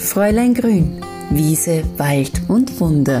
Fräulein Grün, Wiese, Wald und Wunder.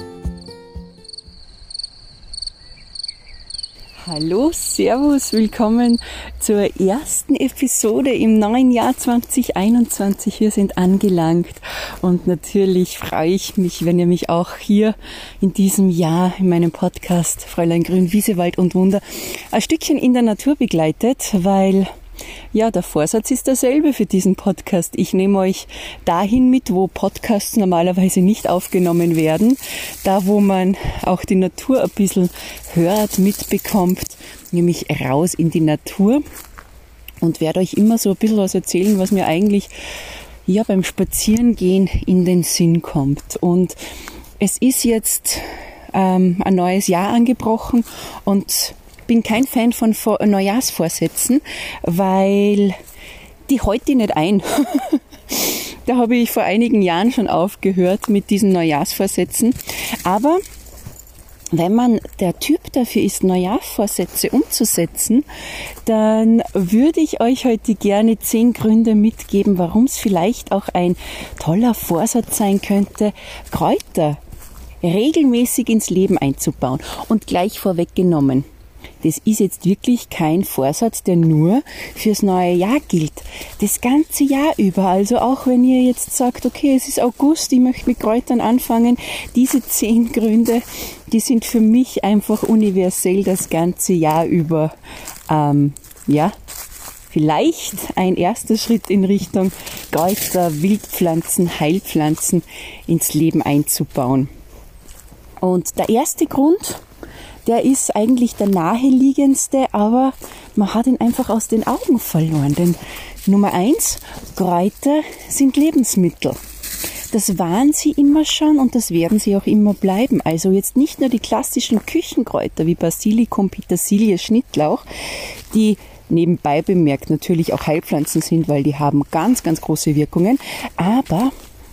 Hallo, Servus, willkommen zur ersten Episode im neuen Jahr 2021. Wir sind angelangt und natürlich freue ich mich, wenn ihr mich auch hier in diesem Jahr in meinem Podcast Fräulein Grün, Wiese, Wald und Wunder ein Stückchen in der Natur begleitet, weil ja, der Vorsatz ist derselbe für diesen Podcast. Ich nehme euch dahin mit, wo Podcasts normalerweise nicht aufgenommen werden. Da, wo man auch die Natur ein bisschen hört, mitbekommt, nämlich raus in die Natur. Und werde euch immer so ein bisschen was erzählen, was mir eigentlich ja beim Spazierengehen in den Sinn kommt. Und es ist jetzt ein neues Jahr angebrochen und bin kein Fan von Neujahrsvorsätzen, weil die halte ich nicht ein. Da habe ich vor einigen Jahren schon aufgehört mit diesen Neujahrsvorsätzen. Aber wenn man der Typ dafür ist, Neujahrsvorsätze umzusetzen, dann würde ich euch heute gerne 10 Gründe mitgeben, warum es vielleicht auch ein toller Vorsatz sein könnte, Kräuter regelmäßig ins Leben einzubauen. Und gleich vorweggenommen, das ist jetzt wirklich kein Vorsatz, der nur fürs neue Jahr gilt. Das ganze Jahr über. Also auch wenn ihr jetzt sagt, okay, es ist August, ich möchte mit Kräutern anfangen. Diese 10 Gründe, die sind für mich einfach universell das ganze Jahr über. Vielleicht ein erster Schritt in Richtung Kräuter, Wildpflanzen, Heilpflanzen ins Leben einzubauen. Und der erste Grund, der ist eigentlich der naheliegendste, aber man hat ihn einfach aus den Augen verloren. Denn Nummer 1, Kräuter sind Lebensmittel. Das waren sie immer schon und das werden sie auch immer bleiben. Also jetzt nicht nur die klassischen Küchenkräuter wie Basilikum, Petersilie, Schnittlauch, die nebenbei bemerkt natürlich auch Heilpflanzen sind, weil die haben ganz, ganz große Wirkungen. Aber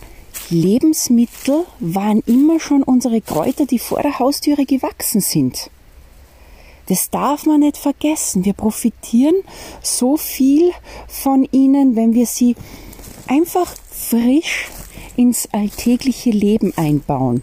Lebensmittel waren immer schon unsere Kräuter, die vor der Haustüre gewachsen sind. Das darf man nicht vergessen. Wir profitieren so viel von ihnen, wenn wir sie einfach frisch ins alltägliche Leben einbauen.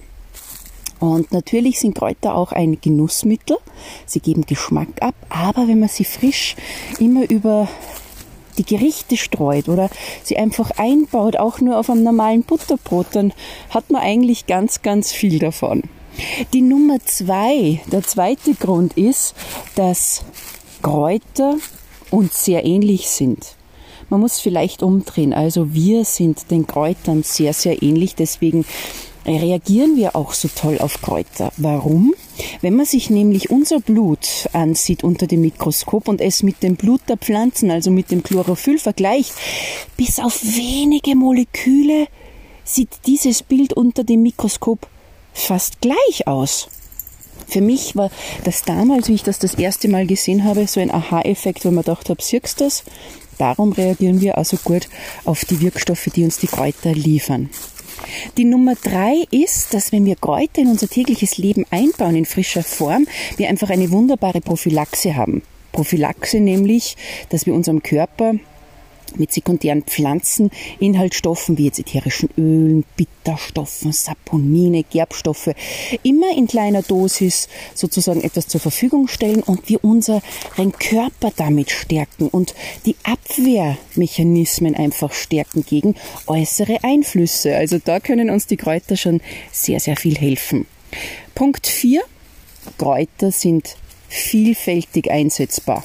Und natürlich sind Kräuter auch ein Genussmittel. Sie geben Geschmack ab, aber wenn man sie frisch immer über die Gerichte streut oder sie einfach einbaut, auch nur auf einem normalen Butterbrot, dann hat man eigentlich ganz, ganz viel davon. Die Nummer 2, der zweite Grund ist, dass Kräuter uns sehr ähnlich sind. Man muss vielleicht umdrehen, also wir sind den Kräutern sehr, sehr ähnlich, deswegen reagieren wir auch so toll auf Kräuter. Warum? Wenn man sich nämlich unser Blut ansieht unter dem Mikroskop und es mit dem Blut der Pflanzen, also mit dem Chlorophyll vergleicht, bis auf wenige Moleküle sieht dieses Bild unter dem Mikroskop fast gleich aus. Für mich war das damals, wie ich das erste Mal gesehen habe, so ein Aha-Effekt, wo man gedacht habe, siehst du das? Darum reagieren wir also gut auf die Wirkstoffe, die uns die Kräuter liefern. Die Nummer 3 ist, dass wenn wir Kräuter in unser tägliches Leben einbauen in frischer Form, wir einfach eine wunderbare Prophylaxe haben. Prophylaxe nämlich, dass wir unserem Körper mit sekundären Pflanzeninhaltsstoffen wie jetzt ätherischen Ölen, Bitterstoffen, Saponine, Gerbstoffe immer in kleiner Dosis sozusagen etwas zur Verfügung stellen und wir unseren Körper damit stärken und die Abwehrmechanismen einfach stärken gegen äußere Einflüsse. Also da können uns die Kräuter schon sehr, sehr viel helfen. Punkt 4. Kräuter sind vielfältig einsetzbar.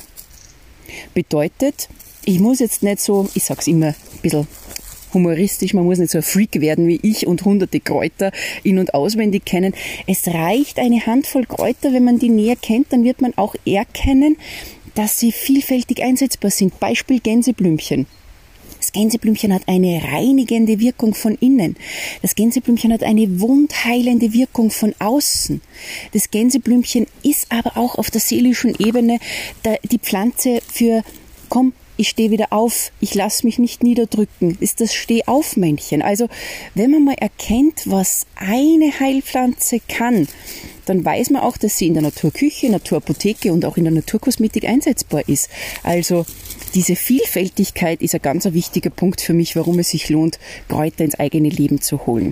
Bedeutet, ich muss jetzt nicht so, ich sag's immer ein bisschen humoristisch, man muss nicht so ein Freak werden wie ich und hunderte Kräuter in- und auswendig kennen. Es reicht eine Handvoll Kräuter, wenn man die näher kennt, dann wird man auch erkennen, dass sie vielfältig einsetzbar sind. Beispiel Gänseblümchen. Das Gänseblümchen hat eine reinigende Wirkung von innen. Das Gänseblümchen hat eine wundheilende Wirkung von außen. Das Gänseblümchen ist aber auch auf der seelischen Ebene die Pflanze für, komm, ich stehe wieder auf, ich lasse mich nicht niederdrücken, ist das Steh-auf-Männchen. Also wenn man mal erkennt, was eine Heilpflanze kann, dann weiß man auch, dass sie in der Naturküche, Naturapotheke und auch in der Naturkosmetik einsetzbar ist. Also diese Vielfältigkeit ist ein ganz wichtiger Punkt für mich, warum es sich lohnt, Kräuter ins eigene Leben zu holen.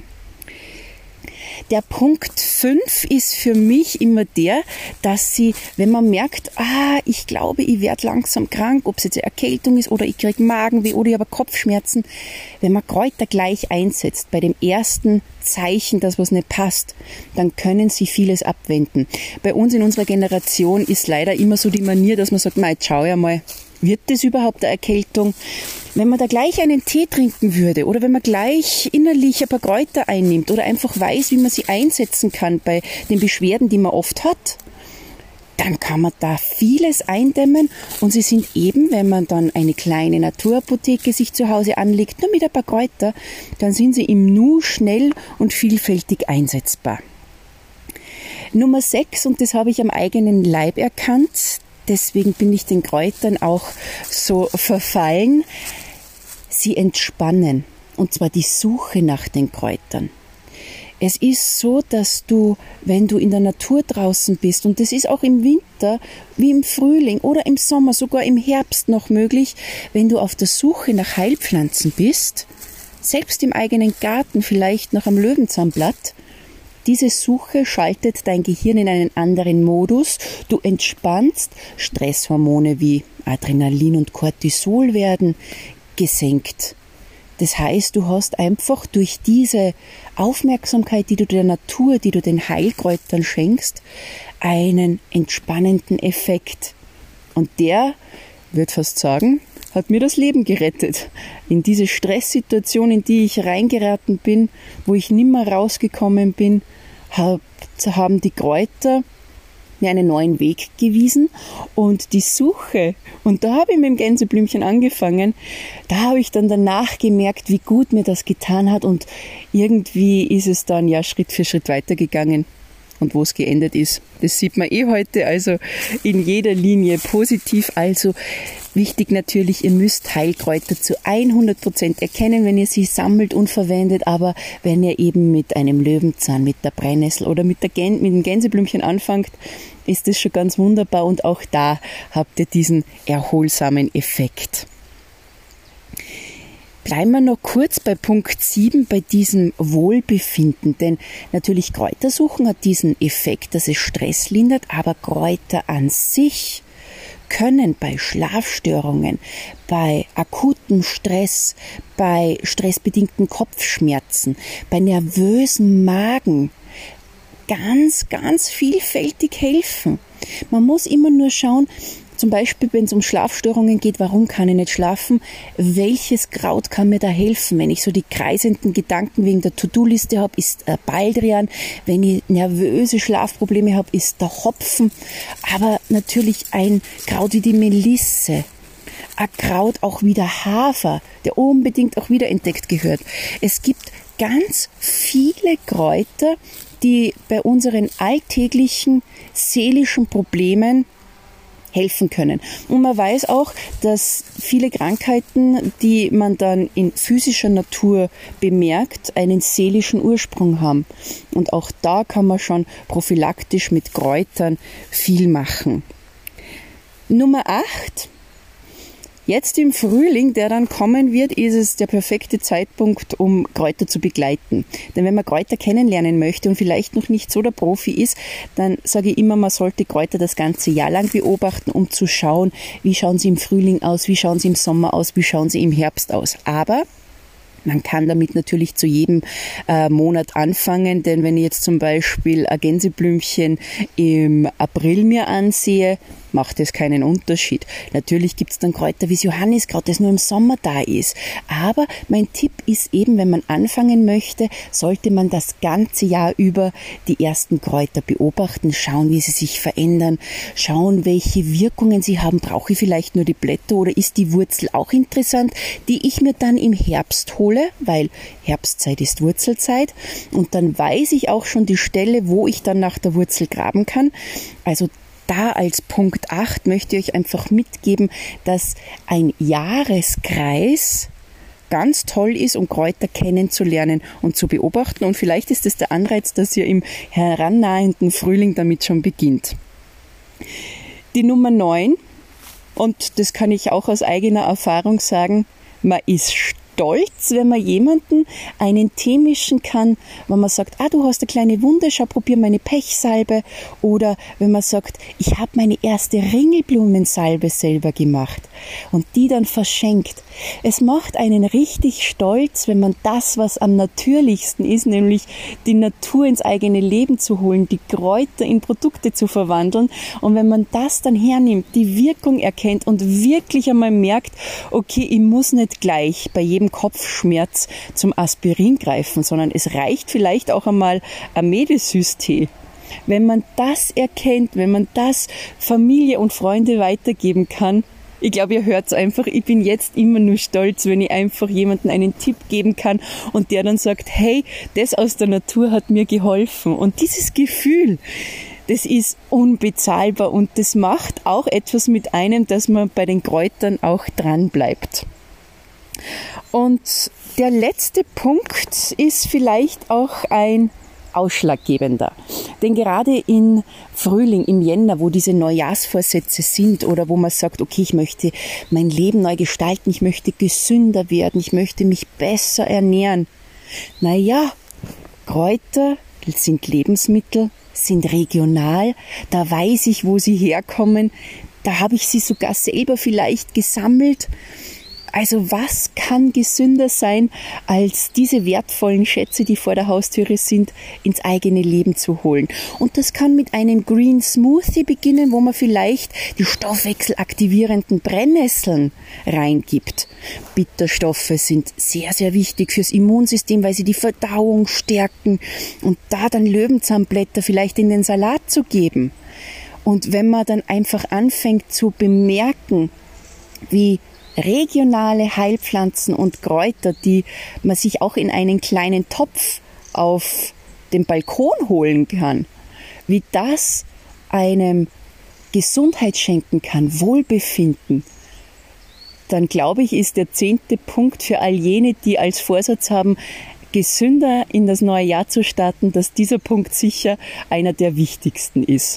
Der Punkt 5 ist für mich immer der, dass sie, wenn man merkt, ich glaube, ich werde langsam krank, ob es jetzt eine Erkältung ist oder ich kriege Magenweh oder ich habe Kopfschmerzen, wenn man Kräuter gleich einsetzt, bei dem ersten Zeichen, dass was nicht passt, dann können sie vieles abwenden. Bei uns in unserer Generation ist leider immer so die Manier, dass man sagt, jetzt schau ja mal, wird das überhaupt eine Erkältung? Wenn man da gleich einen Tee trinken würde oder wenn man gleich innerlich ein paar Kräuter einnimmt oder einfach weiß, wie man sie einsetzen kann bei den Beschwerden, die man oft hat, dann kann man da vieles eindämmen und sie sind eben, wenn man dann eine kleine Naturapotheke sich zu Hause anlegt, nur mit ein paar Kräuter, dann sind sie im Nu schnell und vielfältig einsetzbar. Nummer 6, und das habe ich am eigenen Leib erkannt, deswegen bin ich den Kräutern auch so verfallen. Sie entspannen, und zwar die Suche nach den Kräutern. Es ist so, dass du, wenn du in der Natur draußen bist, und das ist auch im Winter, wie im Frühling oder im Sommer, sogar im Herbst noch möglich, wenn du auf der Suche nach Heilpflanzen bist, selbst im eigenen Garten, vielleicht nach einem Löwenzahnblatt, diese Suche schaltet dein Gehirn in einen anderen Modus. Du entspannst, Stresshormone wie Adrenalin und Cortisol werden gesenkt. Das heißt, du hast einfach durch diese Aufmerksamkeit, die du der Natur, die du den Heilkräutern schenkst, einen entspannenden Effekt. Und der, würde fast sagen, hat mir das Leben gerettet. In diese Stresssituation, in die ich reingeraten bin, wo ich nimmer rausgekommen bin, haben die Kräuter mir einen neuen Weg gewiesen und die Suche, und da habe ich mit dem Gänseblümchen angefangen, da habe ich dann danach gemerkt, wie gut mir das getan hat und irgendwie ist es dann ja Schritt für Schritt weitergegangen. Und wo es geendet ist, das sieht man heute, also in jeder Linie positiv. Also wichtig natürlich, ihr müsst Heilkräuter zu 100% erkennen, wenn ihr sie sammelt und verwendet. Aber wenn ihr eben mit einem Löwenzahn, mit der Brennnessel oder mit dem Gänseblümchen anfangt, ist das schon ganz wunderbar. Und auch da habt ihr diesen erholsamen Effekt. Bleiben wir noch kurz bei Punkt 7, bei diesem Wohlbefinden, denn natürlich Kräutersuchen hat diesen Effekt, dass es Stress lindert, aber Kräuter an sich können bei Schlafstörungen, bei akutem Stress, bei stressbedingten Kopfschmerzen, bei nervösen Magen ganz, ganz vielfältig helfen. Man muss immer nur schauen, zum Beispiel, wenn es um Schlafstörungen geht, warum kann ich nicht schlafen? Welches Kraut kann mir da helfen? Wenn ich so die kreisenden Gedanken wegen der To-Do-Liste habe, ist Baldrian. Wenn ich nervöse Schlafprobleme habe, ist der Hopfen. Aber natürlich ein Kraut wie die Melisse. Ein Kraut auch wie der Hafer, der unbedingt auch wiederentdeckt gehört. Es gibt ganz viele Kräuter, die bei unseren alltäglichen seelischen Problemen helfen können. Und man weiß auch, dass viele Krankheiten, die man dann in physischer Natur bemerkt, einen seelischen Ursprung haben. Und auch da kann man schon prophylaktisch mit Kräutern viel machen. Nummer 8. Jetzt im Frühling, der dann kommen wird, ist es der perfekte Zeitpunkt, um Kräuter zu begleiten. Denn wenn man Kräuter kennenlernen möchte und vielleicht noch nicht so der Profi ist, dann sage ich immer, man sollte Kräuter das ganze Jahr lang beobachten, um zu schauen, wie schauen sie im Frühling aus, wie schauen sie im Sommer aus, wie schauen sie im Herbst aus. Aber man kann damit natürlich zu jedem Monat anfangen, denn wenn ich jetzt zum Beispiel ein Gänseblümchen im April mir ansehe, macht es keinen Unterschied. Natürlich gibt es dann Kräuter wie das Johanniskraut, das nur im Sommer da ist. Aber mein Tipp ist eben, wenn man anfangen möchte, sollte man das ganze Jahr über die ersten Kräuter beobachten, schauen, wie sie sich verändern, schauen, welche Wirkungen sie haben. Brauche ich vielleicht nur die Blätter oder ist die Wurzel auch interessant, die ich mir dann im Herbst hole, weil Herbstzeit ist Wurzelzeit. Und dann weiß ich auch schon die Stelle, wo ich dann nach der Wurzel graben kann. Also da als Punkt 8 möchte ich euch einfach mitgeben, dass ein Jahreskreis ganz toll ist, um Kräuter kennenzulernen und zu beobachten. Und vielleicht ist es der Anreiz, dass ihr im herannahenden Frühling damit schon beginnt. Die Nummer 9, und das kann ich auch aus eigener Erfahrung sagen, man ist stolz, wenn man jemanden einen Tee mischen kann, wenn man sagt, du hast eine kleine Wunde, schau, probier meine Pechsalbe. Oder wenn man sagt, ich habe meine erste Ringelblumensalbe selber gemacht und die dann verschenkt. Es macht einen richtig stolz, wenn man das, was am natürlichsten ist, nämlich die Natur ins eigene Leben zu holen, die Kräuter in Produkte zu verwandeln. Und wenn man das dann hernimmt, die Wirkung erkennt und wirklich einmal merkt, okay, ich muss nicht gleich bei jedem Kopfschmerz zum Aspirin greifen, sondern es reicht vielleicht auch einmal ein Medisys-Tee. Wenn man das erkennt, wenn man das Familie und Freunde weitergeben kann, ich glaube, ihr hört es einfach, ich bin jetzt immer nur stolz, wenn ich einfach jemandem einen Tipp geben kann und der dann sagt, hey, das aus der Natur hat mir geholfen. Und dieses Gefühl, das ist unbezahlbar und das macht auch etwas mit einem, dass man bei den Kräutern auch dran bleibt. Und der letzte Punkt ist vielleicht auch ein ausschlaggebender. Denn gerade im Frühling, im Jänner, wo diese Neujahrsvorsätze sind oder wo man sagt, okay, ich möchte mein Leben neu gestalten, ich möchte gesünder werden, ich möchte mich besser ernähren. Naja, Kräuter sind Lebensmittel, sind regional, da weiß ich, wo sie herkommen, da habe ich sie sogar selber vielleicht gesammelt. Also was kann gesünder sein, als diese wertvollen Schätze, die vor der Haustüre sind, ins eigene Leben zu holen? Und das kann mit einem Green Smoothie beginnen, wo man vielleicht die stoffwechselaktivierenden Brennnesseln reingibt. Bitterstoffe sind sehr, sehr wichtig fürs Immunsystem, weil sie die Verdauung stärken. Und da dann Löwenzahnblätter vielleicht in den Salat zu geben. Und wenn man dann einfach anfängt zu bemerken, wie regionale Heilpflanzen und Kräuter, die man sich auch in einen kleinen Topf auf dem Balkon holen kann, wie das einem Gesundheit schenken kann, Wohlbefinden, dann glaube ich, ist der 10. Punkt für all jene, die als Vorsatz haben, gesünder in das neue Jahr zu starten, dass dieser Punkt sicher einer der wichtigsten ist.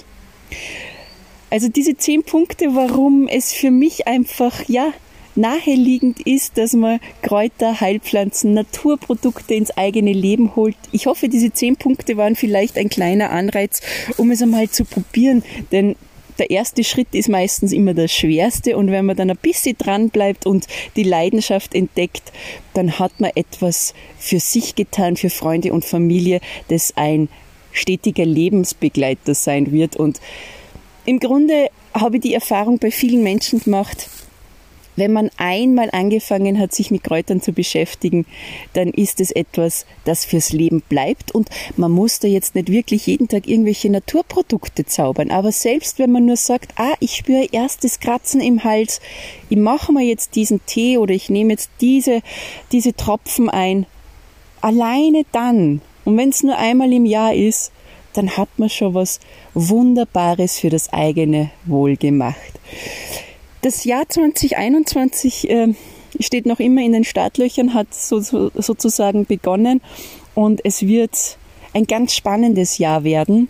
Also diese 10 Punkte, warum es für mich einfach, naheliegend ist, dass man Kräuter, Heilpflanzen, Naturprodukte ins eigene Leben holt. Ich hoffe, diese 10 Punkte waren vielleicht ein kleiner Anreiz, um es einmal zu probieren, denn der erste Schritt ist meistens immer der schwerste und wenn man dann ein bisschen dran bleibt und die Leidenschaft entdeckt, dann hat man etwas für sich getan, für Freunde und Familie, das ein stetiger Lebensbegleiter sein wird. Und im Grunde habe ich die Erfahrung bei vielen Menschen gemacht, wenn man einmal angefangen hat, sich mit Kräutern zu beschäftigen, dann ist es etwas, das fürs Leben bleibt und man muss da jetzt nicht wirklich jeden Tag irgendwelche Naturprodukte zaubern. Aber selbst wenn man nur sagt, ich spüre erstes Kratzen im Hals, ich mache mir jetzt diesen Tee oder ich nehme jetzt diese Tropfen ein, alleine dann, und wenn es nur einmal im Jahr ist, dann hat man schon was Wunderbares für das eigene Wohl gemacht. Das Jahr 2021 steht noch immer in den Startlöchern, hat sozusagen begonnen und es wird ein ganz spannendes Jahr werden,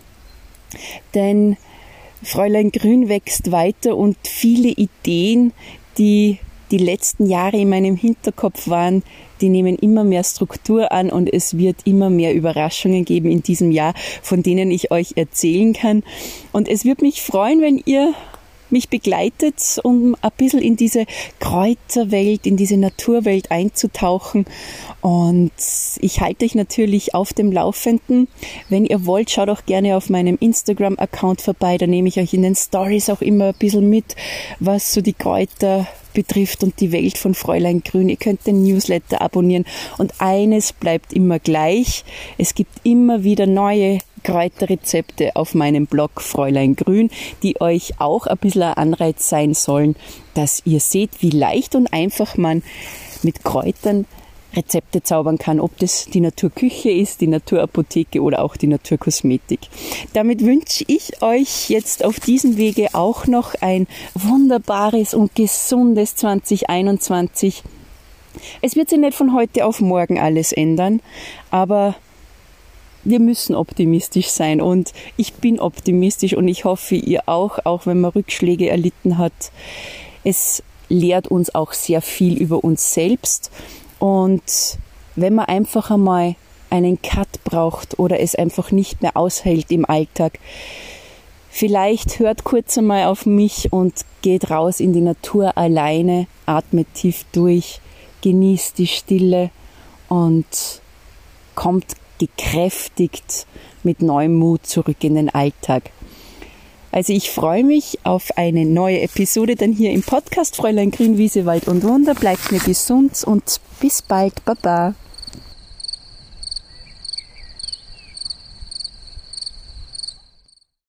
denn Fräulein Grün wächst weiter und viele Ideen, die die letzten Jahre in meinem Hinterkopf waren, die nehmen immer mehr Struktur an und es wird immer mehr Überraschungen geben in diesem Jahr, von denen ich euch erzählen kann. Und es würde mich freuen, wenn ihr mich begleitet, um ein bisschen in diese Kräuterwelt, in diese Naturwelt einzutauchen. Und ich halte euch natürlich auf dem Laufenden. Wenn ihr wollt, schaut auch gerne auf meinem Instagram-Account vorbei. Da nehme ich euch in den Stories auch immer ein bisschen mit, was so die Kräuter betrifft und die Welt von Fräulein Grün. Ihr könnt den Newsletter abonnieren. Und eines bleibt immer gleich. Es gibt immer wieder neue Kräuterrezepte auf meinem Blog Fräulein Grün, die euch auch ein bisschen ein Anreiz sein sollen, dass ihr seht, wie leicht und einfach man mit Kräutern Rezepte zaubern kann, ob das die Naturküche ist, die Naturapotheke oder auch die Naturkosmetik. Damit wünsche ich euch jetzt auf diesem Wege auch noch ein wunderbares und gesundes 2021. Es wird sich nicht von heute auf morgen alles ändern, aber wir müssen optimistisch sein und ich bin optimistisch und ich hoffe, ihr auch wenn man Rückschläge erlitten hat. Es lehrt uns auch sehr viel über uns selbst und wenn man einfach einmal einen Cut braucht oder es einfach nicht mehr aushält im Alltag, vielleicht hört kurz einmal auf mich und geht raus in die Natur alleine, atmet tief durch, genießt die Stille und kommt gekräftigt mit neuem Mut zurück in den Alltag. Also ich freue mich auf eine neue Episode dann hier im Podcast Fräulein Grün, Wiese, Wald und Wunder. Bleibt mir gesund und bis bald. Baba.